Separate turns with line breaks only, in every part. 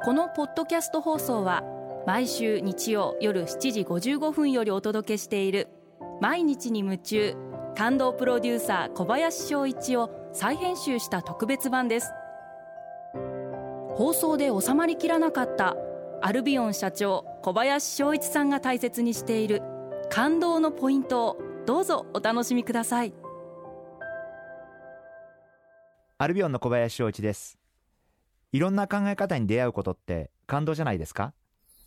このポッドキャスト放送は毎週日曜夜7時55分よりお届けしている毎日に夢中感動プロデューサー小林翔一を再編集した特別版です。放送で収まりきらなかったアルビオン社長小林翔一さんが大切にしている感動のポイントをどうぞお楽しみください。
アルビオンの小林翔一です。いろんな考え方に出会うことって感動じゃないですか？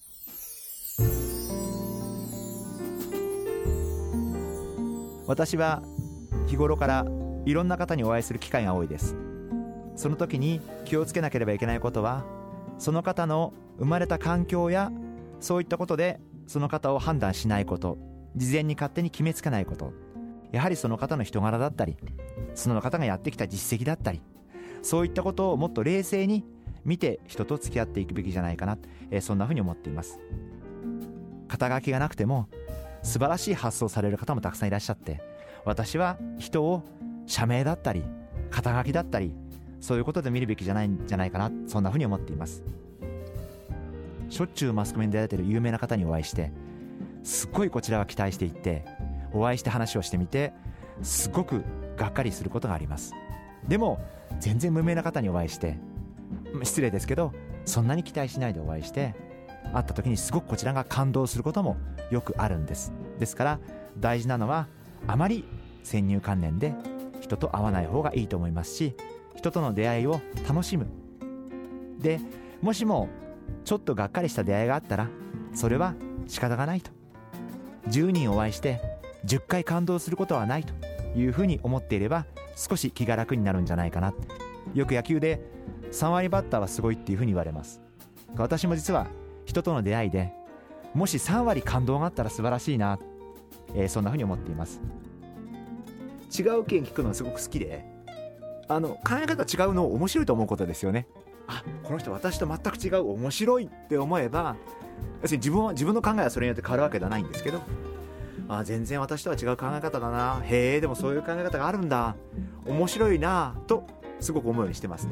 私は日頃からいろんな方にお会いする機会が多いです。その時に気をつけなければいけないことは、その方の生まれた環境やそういったことでその方を判断しないこと、事前に勝手に決めつけないこと、やはりその方の人柄だったり、その方がやってきた実績だったり、そういったことをもっと冷静に見て人と付き合っていくべきじゃないかな、そんなふうに思っています。肩書きがなくても素晴らしい発想される方もたくさんいらっしゃって、私は人を社名だったり肩書きだったりそういうことで見るべきじゃないんじゃないかな、そんなふうに思っています。しょっちゅうマスコミに出られている有名な方にお会いして、すっごいこちらは期待していって、お会いして話をしてみてすごくがっかりすることがあります。でも全然無名な方にお会いして、失礼ですけどそんなに期待しないでお会いして会った時にすごくこちらが感動することもよくあるんです。ですから大事なのは、あまり先入観念で人と会わない方がいいと思いますし、人との出会いを楽しむ。でもしもちょっとがっかりした出会いがあったら、それは仕方がないと。10人お会いして10回感動することはないというふうに思っていれば、少し気が楽になるんじゃないかな。よく野球で3割バッターはすごいっていうふうに言われます。私も実は人との出会いでもし3割感動があったら素晴らしいな、そんなふうに思っています。違う意見聞くのすごく好きで、考え方違うのを面白いと思うことですよね。あ、この人私と全く違う、面白いって思えば、別に自分の考えはそれによって変わるわけではないんですけど、全然私とは違う考え方だな、へえ、でもそういう考え方があるんだ、面白いなとすごく思うようにしてますね。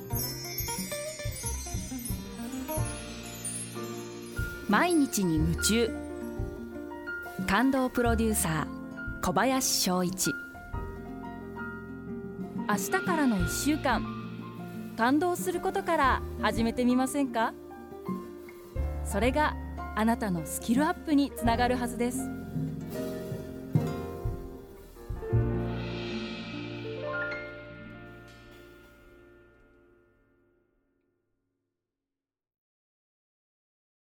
毎日に夢中感動プロデューサー小林翔一。明日からの1週間、感動することから始めてみませんか？それがあなたのスキルアップにつながるはずです。